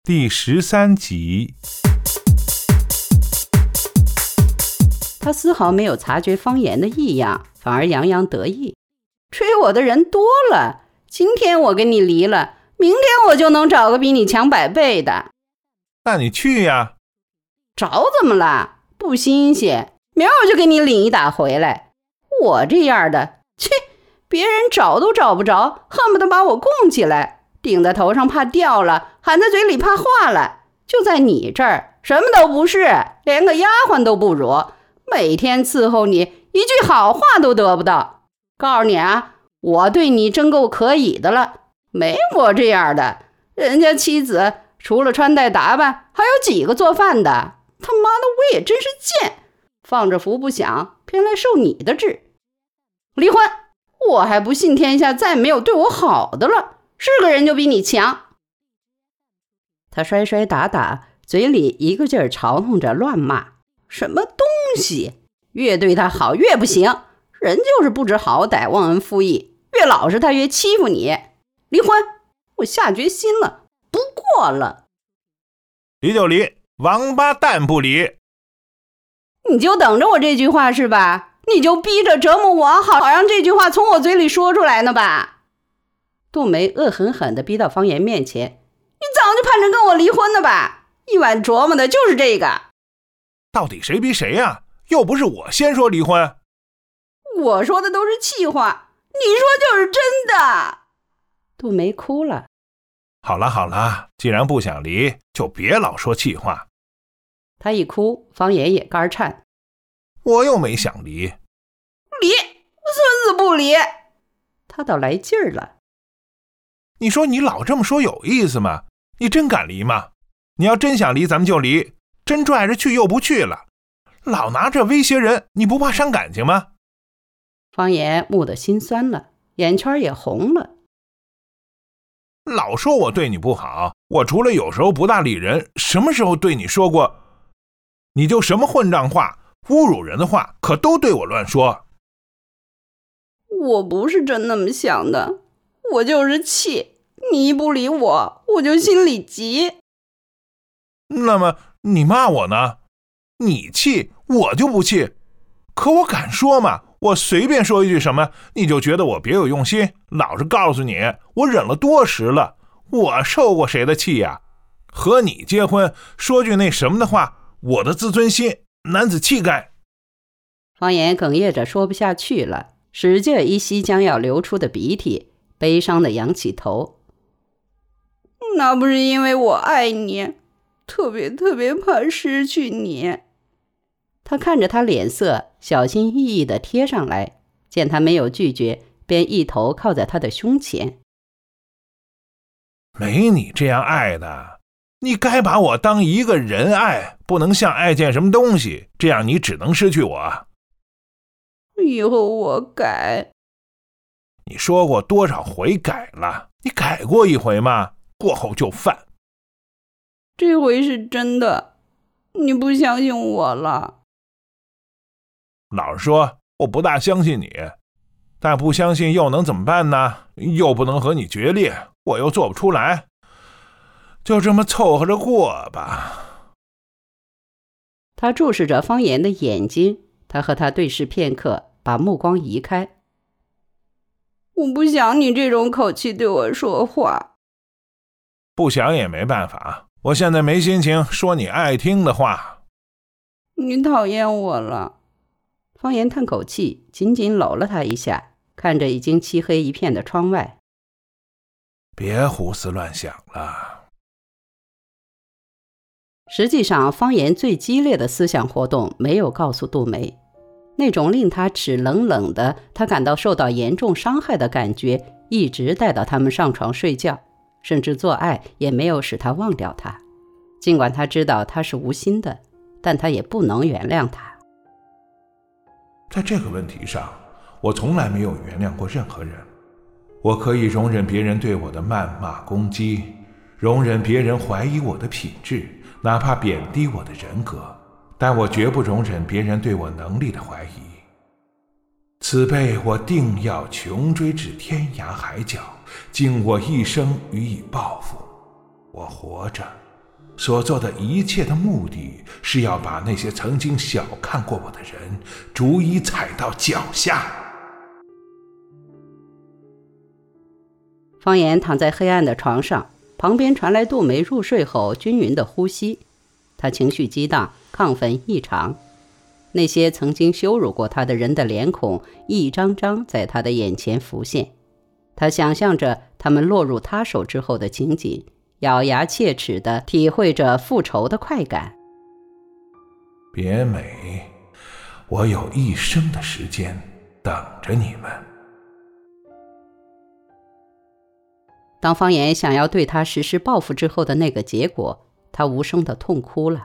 第13集。 他丝毫没有察觉方言的异样，反而洋洋得意。追我的人多了，今天我跟你离了，明天我就能找个比你强100倍的。 那你去呀。 找怎么了？不新鲜，明儿我就给你领一打回来。我这样的，切，别人找都找不着，恨不得把我供起来，顶在头上怕掉了，喊在嘴里怕化了。就在你这儿，什么都不是，连个丫鬟都不如，每天伺候你，一句好话都得不到。告诉你啊，我对你真够可以的了，没我这样的。人家妻子除了穿戴打扮，还有几个做饭的。他妈的，我也真是贱，放着福不享，偏来受你的治。离婚，我还不信天下再没有对我好的了，是个人就比你强。他摔摔打打，嘴里一个劲儿嘲弄着乱骂，什么东西，越对他好越不行，人就是不知好歹，忘恩负义，越老实他越欺负你。离婚，我下决心了，不过了。 离就离，王八蛋不离。 你就等着我这句话是吧？你就逼着折磨我，好让这句话从我嘴里说出来呢吧？杜梅恶狠狠地逼到方言面前，你早就盼着跟我离婚呢吧？一晚琢磨的就是这个。 到底谁逼谁呀？又不是我先说离婚。 我说的都是气话，你说就是真的。杜梅哭了。 好了好了，既然不想离，就别老说气话。 他一哭，方言也肝颤。 我又没想离。 离，孙子不离。他倒来劲儿了。 你说你老这么说有意思吗？你真敢离吗？你要真想离咱们就离，真拽着去又不去了，老拿这威胁人，你不怕伤感情吗？ 方言木得心酸了，眼圈也红了。 老说我对你不好，我除了有时候不大理人，什么时候对你说过？你就什么混账话，侮辱人的话，可都对我乱说。 我不是真那么想的，我就是气，你一不理我，我就心里急。 那么你骂我呢？你气，我就不气。可我敢说吗？我随便说一句什么，你就觉得我别有用心？老实告诉你，我忍了多时了，我受过谁的气呀？和你结婚，说句那什么的话，我的自尊心，男子气概。 方言哽咽着说不下去了，使劲一吸将要流出的鼻涕，悲伤地仰起头。那不是因为我爱你，特别怕失去你。他看着他脸色，小心翼翼地贴上来，见他没有拒绝，便一头靠在他的胸前。 没你这样爱的，你该把我当一个人爱，不能像爱见什么东西，这样你只能失去我。 以后我改。 你说过多少回改了？你改过一回吗？过后就犯。 这回是真的，你不相信我了。 老实说，我不大相信你，但不相信又能怎么办呢？又不能和你决裂，我又做不出来，就这么凑合着过吧。 他注视着方言的眼睛，他和他对视片刻，把目光移开。我不想你这种口气对我说话。 不想也没办法，我现在没心情说你爱听的话。 你讨厌我了。方言叹口气，紧紧搂了他一下，看着已经漆黑一片的窗外。 别胡思乱想了。 实际上，方言最激烈的思想活动没有告诉杜梅，那种令他齿冷冷的，他感到受到严重伤害的感觉，一直带到他们上床睡觉，甚至做爱也没有使他忘掉他。尽管他知道他是无心的，但他也不能原谅他。 在这个问题上，我从来没有原谅过任何人。我可以容忍别人对我的谩骂攻击，容忍别人怀疑我的品质，哪怕贬低我的人格，但我绝不容忍别人对我能力的怀疑。此辈我定要穷追至天涯海角，尽我一生予以报复。我活着所做的一切的目的是要把那些曾经小看过我的人逐一踩到脚下。 方言躺在黑暗的床上，旁边传来杜梅入睡后均匀的呼吸。他情绪激荡，亢奋异常。那些曾经羞辱过他的人的脸孔一张张在他的眼前浮现。他想象着他们落入他手之后的情景，咬牙切齿地体会着复仇的快感。 别美，我有一生的时间等着你们。 当方言想要对他实施报复之后的那个结果，他无声地痛哭了。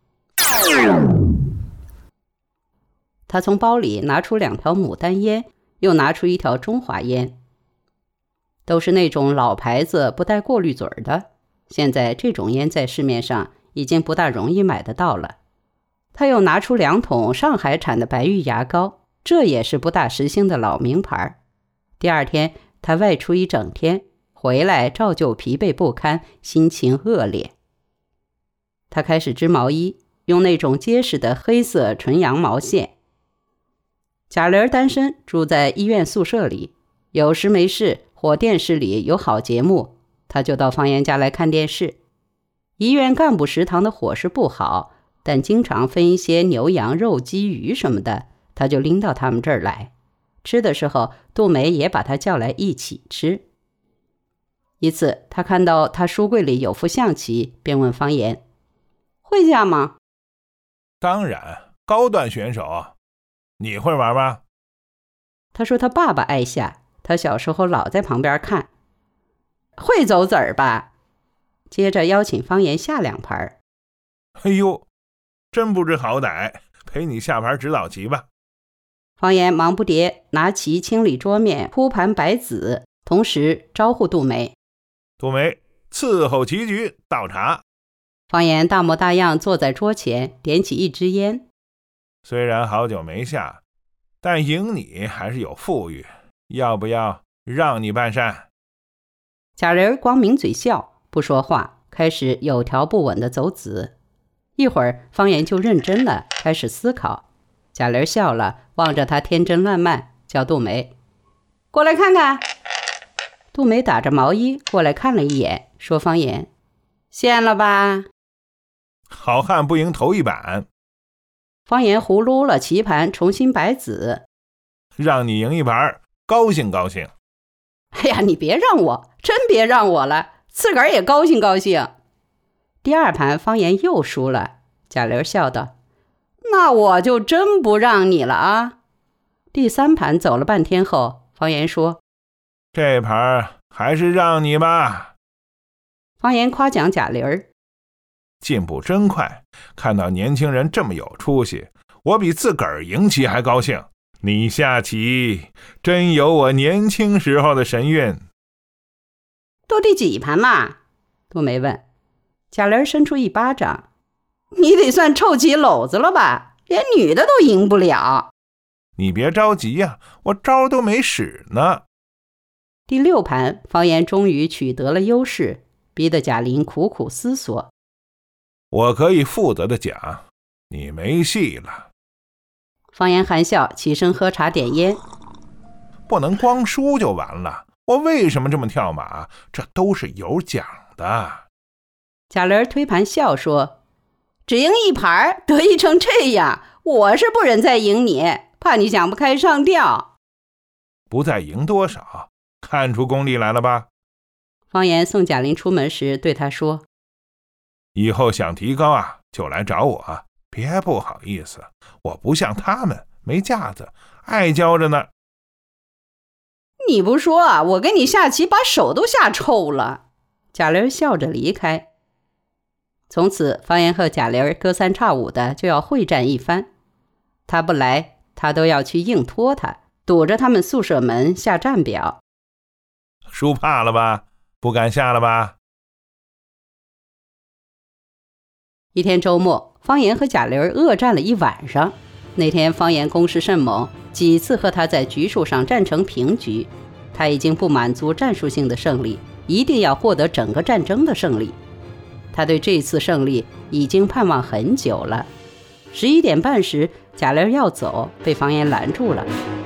他从包里拿出2条牡丹烟，又拿出1条中华烟，都是那种老牌子，不带过滤嘴的。现在这种烟在市面上已经不大容易买得到了。他又拿出2桶上海产的白玉牙膏，这也是不大时兴的老名牌。第二天他外出一整天，回来照旧疲惫不堪，心情恶劣。他开始织毛衣，用那种结实的黑色纯羊毛线。贾玲单身，住在医院宿舍里，有时没事或电视里有好节目，他就到方言家来看电视。医院干部食堂的伙食不好，但经常分一些牛羊肉鸡鱼什么的，他就拎到他们这儿来。吃的时候，杜梅也把他叫来一起吃。一次他看到他书柜里有副象棋，便问方言：会下吗？ 当然，高段选手。你会玩吗？ 他说他爸爸爱下，他小时候老在旁边看。会走子儿吧？接着邀请方言下2盘。 哎呦，真不知好歹，陪你下盘指导棋吧。 方言忙不迭拿棋清理桌面，铺盘摆子，同时招呼杜梅： 杜梅，伺候棋局，倒茶。 方言大模大样坐在桌前，点起1支烟。 虽然好久没下，但赢你还是有富裕，要不要让你半扇？ 贾玲光抿嘴笑，不说话，开始有条不紊地走子。一会儿方言就认真了，开始思考。贾玲笑了，望着他天真烂漫，叫杜梅过来看看。杜梅打着毛衣过来看了一眼，说方言：现了吧？ 好汉不赢头一板。 方言胡撸了棋盘，重新摆子。 让你赢一盘，高兴高兴。 哎呀，你别让我，真别让我了，自个儿也高兴高兴。第2盘方言又输了，贾玲笑道：那我就真不让你了啊。第3盘走了半天后，方言说： 这盘还是让你吧。 方言夸奖贾玲： 进步真快，看到年轻人这么有出息，我比自个儿赢棋还高兴。你下棋真有我年轻时候的神韵。 都第几盘嘛？杜梅问。贾玲伸出1巴掌：你得算臭棋篓子了吧，连女的都赢不了。 你别着急呀，我招都没使呢。 第6盘方言终于取得了优势，逼得贾玲苦苦思索。 我可以负责的讲，你没戏了。 方言含笑起身喝茶点烟。 不能光输就完了，我为什么这么跳马？这都是有奖的。 贾玲推盘笑说：只赢1盘，得意成这样，我是不忍再赢你，怕你想不开上吊。 不再赢多少，看出功力来了吧？ 方言送贾玲出门时对他说： 以后想提高啊，就来找我，别不好意思，我不像他们没架子，爱教着呢。 你不说啊，我跟你下棋把手都下臭了。贾玲笑着离开。从此方言和贾玲隔三差五的就要会战一番，他不来，他都要去硬拖他，堵着他们宿舍门下战表。 输怕了吧？不敢下了吧？ 一天周末，方言和贾玲恶战了一晚上。那天方言攻势甚猛，几次和他在局数上战成平局。他已经不满足战术性的胜利，一定要获得整个战争的胜利。 他对这次胜利已经盼望很久了。11点半时，贾玲要走，被房檐拦住了。